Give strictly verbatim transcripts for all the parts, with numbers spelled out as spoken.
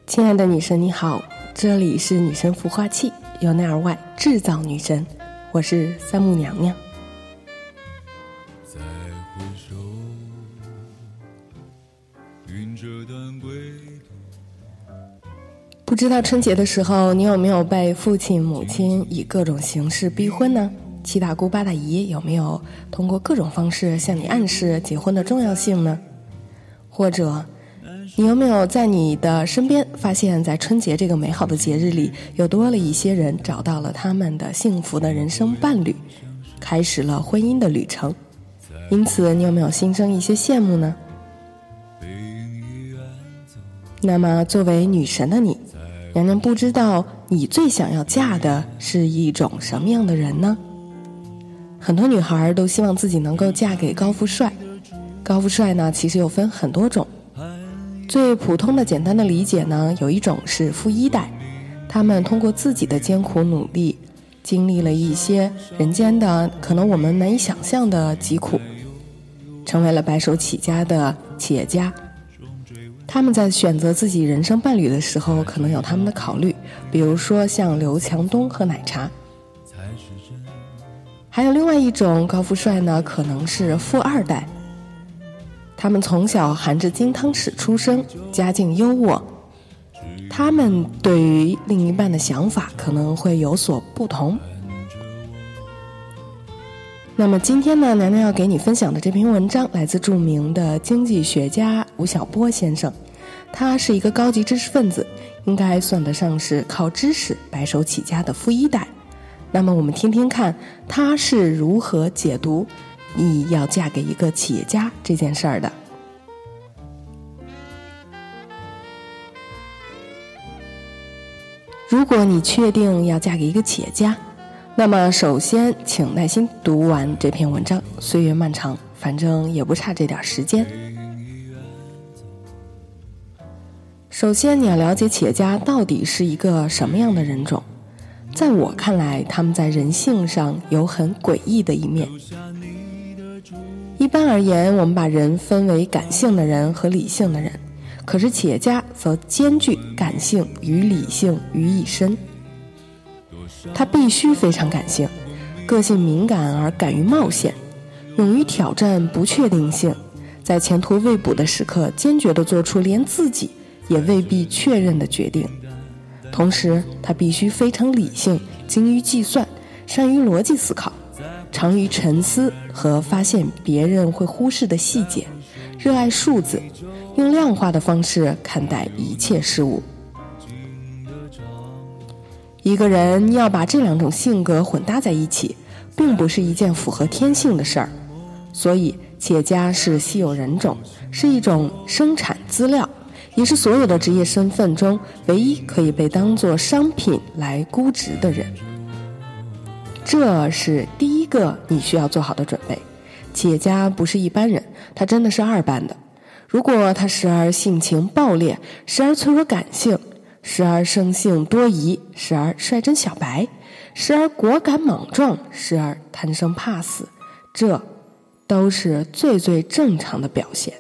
亲爱的女神你好，这里是女神孵化器，由内而外制造女神，我是三木娘娘。再回首，云遮断归途。不知道春节的时候你有没有被父亲母亲以各种形式逼婚呢？七大姑八大姨有没有通过各种方式向你暗示结婚的重要性呢？或者你有没有在你的身边发现，在春节这个美好的节日里，又多了一些人找到了他们的幸福的人生伴侣，开始了婚姻的旅程？因此你有没有心生一些羡慕呢？那么作为女神的你，娘娘不知道你最想要嫁的是一种什么样的人呢？很多女孩都希望自己能够嫁给高富帅。高富帅呢，其实有分很多种。最普通的简单的理解呢，有一种是富一代，他们通过自己的艰苦努力，经历了一些人间的可能我们难以想象的疾苦，成为了白手起家的企业家。他们在选择自己人生伴侣的时候，可能有他们的考虑，比如说像刘强东和奶茶。还有另外一种高富帅呢，可能是富二代。他们从小含着金汤匙出生，家境优渥，他们对于另一半的想法可能会有所不同。那么今天呢，娘娘要给你分享的这篇文章来自著名的经济学家吴晓波先生，他是一个高级知识分子，应该算得上是靠知识白手起家的富一代。那么我们听听看他是如何解读你要嫁给一个企业家这件事儿的。如果你确定要嫁给一个企业家，那么首先请耐心读完这篇文章，岁月漫长，反正也不差这点时间。首先你要了解企业家到底是一个什么样的人种。在我看来，他们在人性上有很诡异的一面。一般而言，我们把人分为感性的人和理性的人，可是企业家则兼具感性与理性于一身。他必须非常感性，个性敏感而敢于冒险，勇于挑战不确定性，在前途未卜的时刻坚决地做出连自己也未必确认的决定。同时他必须非常理性，精于计算，善于逻辑思考，长于沉思和发现别人会忽视的细节，热爱数字，用量化的方式看待一切事物。一个人要把这两种性格混搭在一起，并不是一件符合天性的事儿。所以企业家是稀有人种，是一种生产资料，也是所有的职业身份中唯一可以被当作商品来估值的人。这是第一个你需要做好的准备。企业家不是一般人，他真的是二班的。如果他时而性情暴烈，时而脆弱感性，时而生性多疑，时而率真小白，时而果敢莽撞，时而贪生怕死，这都是最最正常的表现。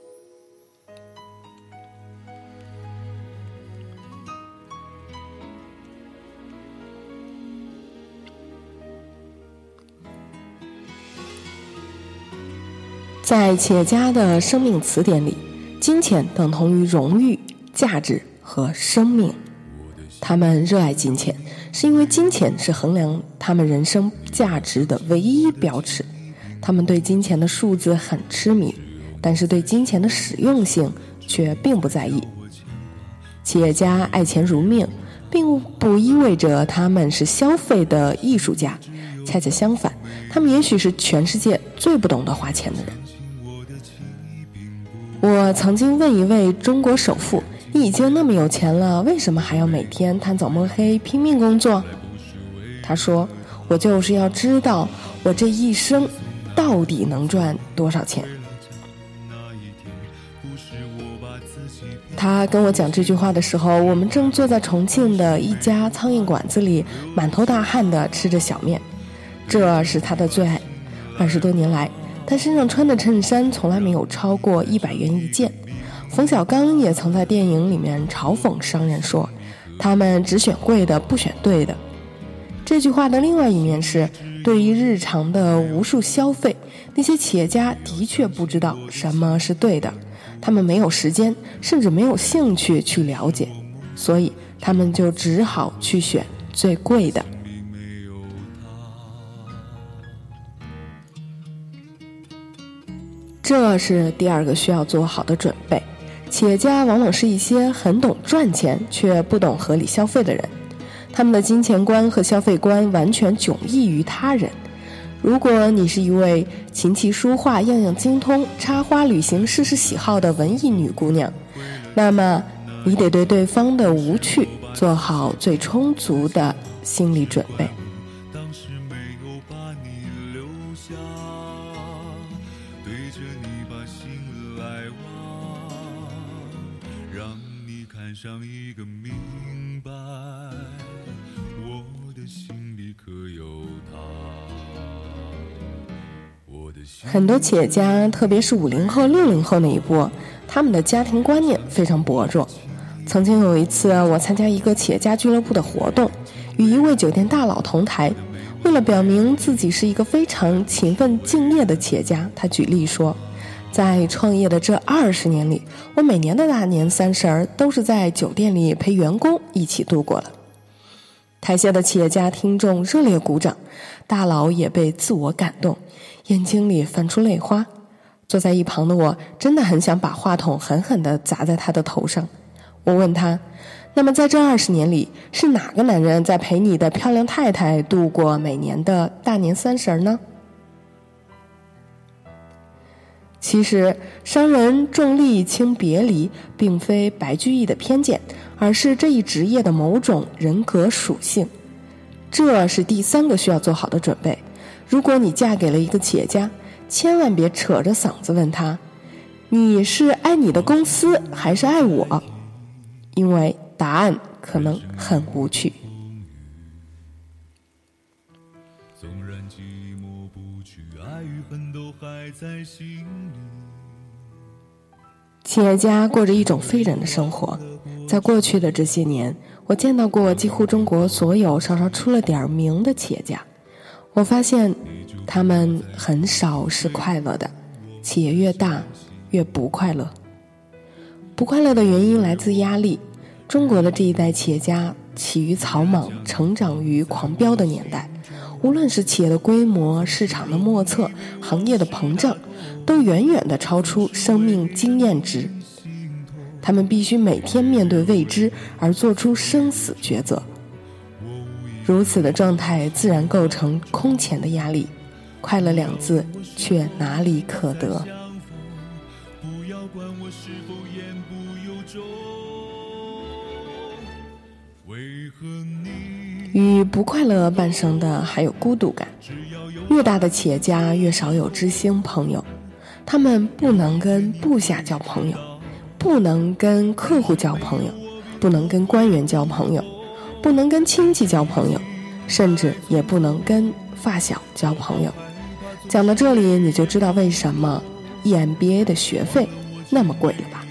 在企业家的生命词典里，金钱等同于荣誉、价值和生命。他们热爱金钱，是因为金钱是衡量他们人生价值的唯一标尺。他们对金钱的数字很痴迷，但是对金钱的实用性却并不在意。企业家爱钱如命，并不意味着他们是消费的艺术家，恰恰相反，他们也许是全世界最不懂得花钱的人。我曾经问一位中国首富，你已经那么有钱了，为什么还要每天贪早摸黑拼命工作？他说，我就是要知道我这一生到底能赚多少钱。他跟我讲这句话的时候，我们正坐在重庆的一家苍蝇馆子里，满头大汗地吃着小面。这是他的最爱。二十多年来，他身上穿的衬衫从来没有超过一百元一件， 冯小刚也曾在电影里面嘲讽商人说，他们只选贵的，不选对的。这句话的另外一面是，对于日常的无数消费，那些企业家的确不知道什么是对的，他们没有时间，甚至没有兴趣去了解，所以他们就只好去选最贵的。这是第二个需要做好的准备。企业家往往是一些很懂赚钱却不懂合理消费的人，他们的金钱观和消费观完全迥异于他人。如果你是一位琴棋书画样样精通、插花旅行事事喜好的文艺女姑娘，那么你得对对方的无趣做好最充足的心理准备。 当时没有把你留下，对着你把心来挖，让你看上一个明白，我的心里可有他。 很多企业家，特别是五零后、六零后那一波，他们的家庭观念非常薄弱。曾经有一次，我参加一个企业家俱乐部的活动，与一位酒店大佬同台。为了表明自己是一个非常勤奋敬业的企业家，他举例说，在创业的这二十年里，我每年的大年三十儿都是在酒店里陪员工一起度过了。台下的企业家听众热烈鼓掌，大佬也被自我感动，眼睛里泛出泪花。坐在一旁的我真的很想把话筒狠狠地砸在他的头上。我问他，那么在这二十年里，是哪个男人在陪你的漂亮太太度过每年的大年三十呢？其实商人重利轻别离并非白居易的偏见，而是这一职业的某种人格属性。这是第三个需要做好的准备。如果你嫁给了一个企业家，千万别扯着嗓子问他，你是爱你的公司还是爱我？因为答案可能很无趣。 纵然寂寞不去，爱与恨都还在心里。 企业家过着一种非人的生活。在过去的这些年，我见到过几乎中国所有稍稍出了点名的企业家，我发现他们很少是快乐的，企业越大越不快乐。不快乐的原因来自压力。中国的这一代企业家起于草莽，成长于狂飙的年代，无论是企业的规模、市场的莫测、行业的膨胀，都远远地超出生命经验值。他们必须每天面对未知而做出生死抉择。如此的状态自然构成空前的压力，快乐两字却哪里可得。 不要管我是否言不由衷，为何你与不快乐伴生的还有孤独感。越大的企业家越少有知心朋友，他们不能跟部下交朋友，不能跟客户交朋友，不能跟官员交朋友，不能跟亲戚交朋友，甚至也不能跟发小交朋友。讲到这里，你就知道为什么 E M B A 的学费那么贵了吧？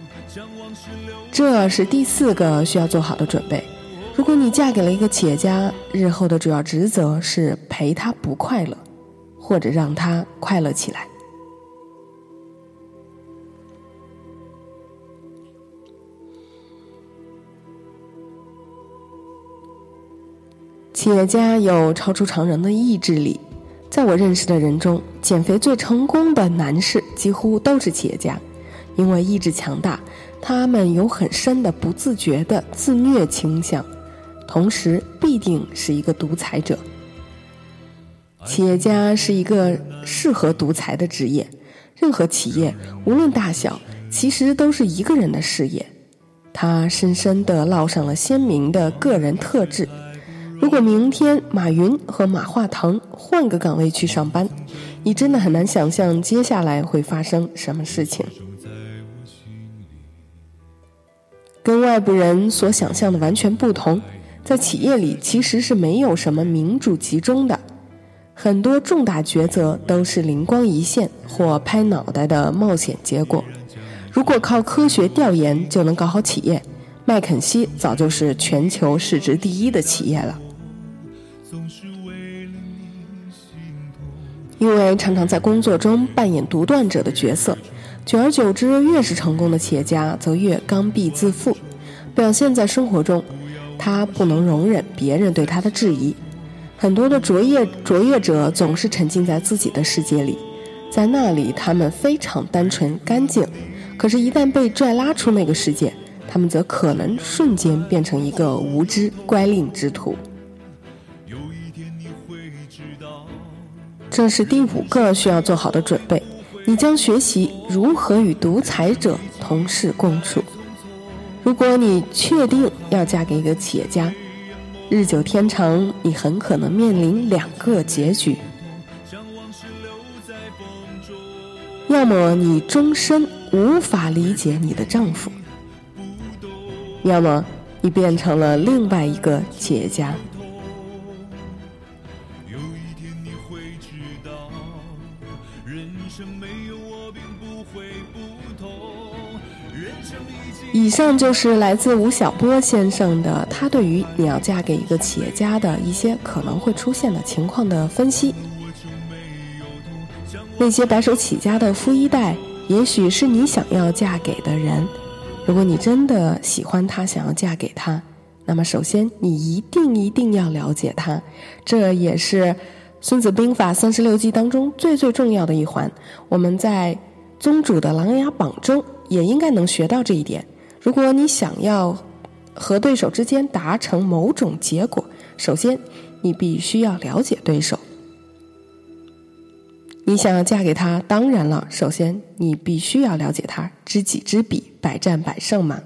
这是第四个需要做好的准备。如果你嫁给了一个企业家，日后的主要职责是陪他不快乐，或者让他快乐起来。企业家有超出常人的意志力。在我认识的人中，减肥最成功的男士几乎都是企业家，因为意志强大，他们有很深的不自觉的自虐倾向，同时必定是一个独裁者。企业家是一个适合独裁的职业，任何企业无论大小，其实都是一个人的事业，他深深地烙上了鲜明的个人特质。如果明天马云和马化腾换个岗位去上班，你真的很难想象接下来会发生什么事情。跟外部人所想象的完全不同，在企业里其实是没有什么民主集中的，很多重大抉择都是灵光一现或拍脑袋的冒险结果。 如果靠科学调研就能搞好企业，麦肯锡早就是全球市值第一的企业了。因为常常在工作中扮演独断者的角色，久而久之，越是成功的企业家则越刚愎自负，表现在生活中，他不能容忍别人对他的质疑。很多的卓越卓越者总是沉浸在自己的世界里，在那里他们非常单纯干净，可是一旦被拽拉出那个世界，他们则可能瞬间变成一个无知乖戾之徒。这是第五个需要做好的准备，你将学习如何与独裁者同事共处。如果你确定要嫁给一个企业家，日久天长，你很可能面临两个结局：要么你终身无法理解你的丈夫，要么你变成了另外一个企业家。以上就是来自吴晓波先生的他对于你要嫁给一个企业家的一些可能会出现的情况的分析。那些白手起家的富一代，也许是你想要嫁给的人。如果你真的喜欢他，想要嫁给他，那么首先你一定一定要了解他，这也是孙子兵法三十六计当中最最重要的一环。我们在宗主的琅琊榜中也应该能学到这一点。如果你想要和对手之间达成某种结果，首先你必须要了解对手。你想要嫁给他，当然了，首先你必须要了解他，知己知彼，百战百胜嘛。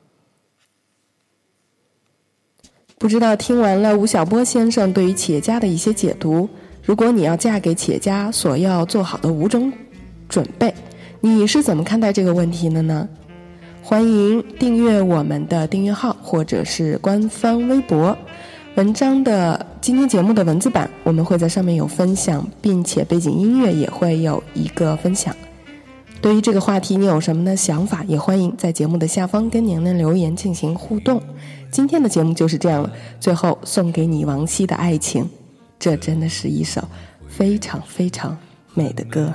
不知道听完了吴晓波先生对于企业家的一些解读，如果你要嫁给企业家所要做好的五种准备，你是怎么看待这个问题的呢？欢迎订阅我们的订阅号或者是官方微博，文章的今天节目的文字版我们会在上面有分享，并且背景音乐也会有一个分享。对于这个话题你有什么的想法，也欢迎在节目的下方跟娘娘留言进行互动。今天的节目就是这样了，最后送给你王晰的爱情，这真的是一首非常非常美的歌。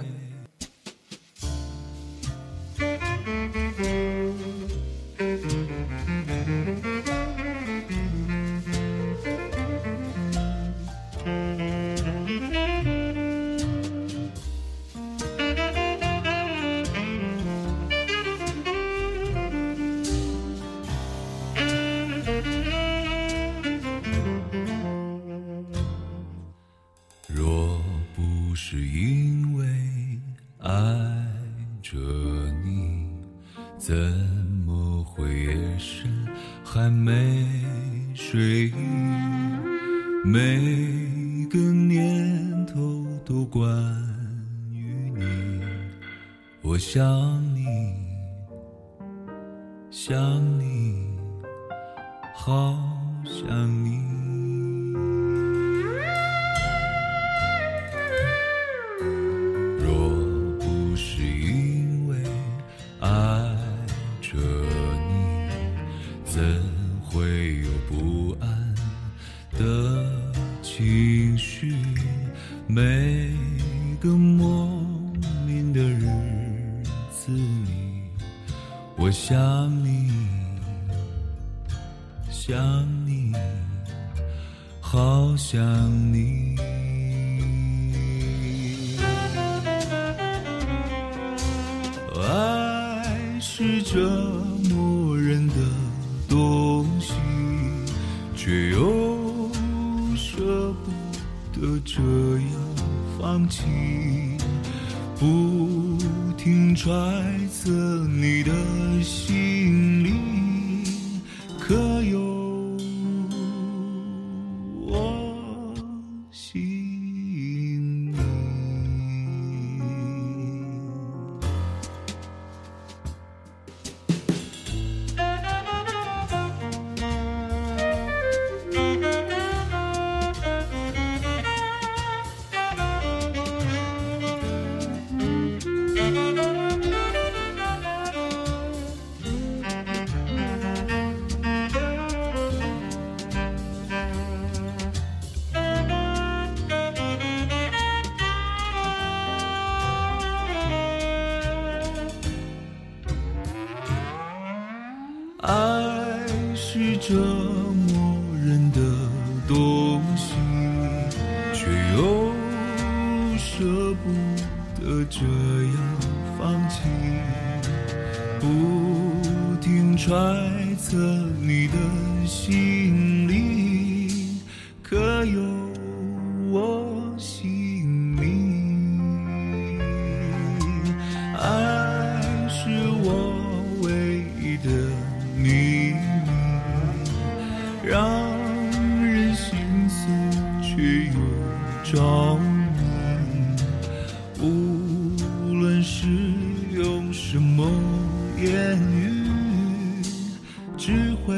是因为爱着你，怎么会夜深还没睡意？每个念头都关于你，我想你，想你，好想你。每个莫名的日子里，我想你，想你，好想你。爱是这么人的东西，却又舍不得这样放弃，不停揣测你的心里，可有我心里。 折磨人的东西，却又舍不得这样放弃，不停揣测你的心里可有我姓名。爱是我唯一的秘密，让人心碎却又着迷，无论是用什么言语，只会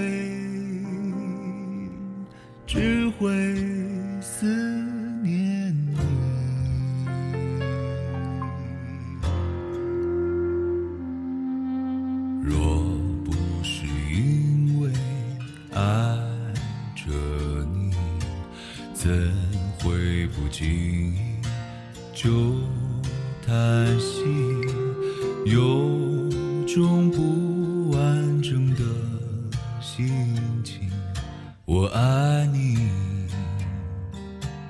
只会思念你。若不是因为爱着你，怎会不经意就叹息，有种不完整的心情。我爱你，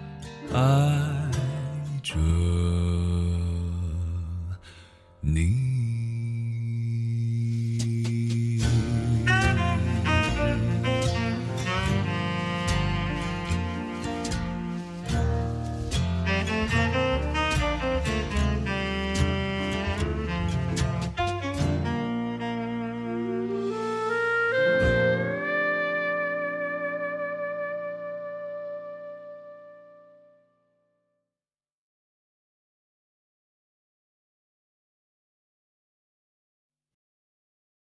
爱着你。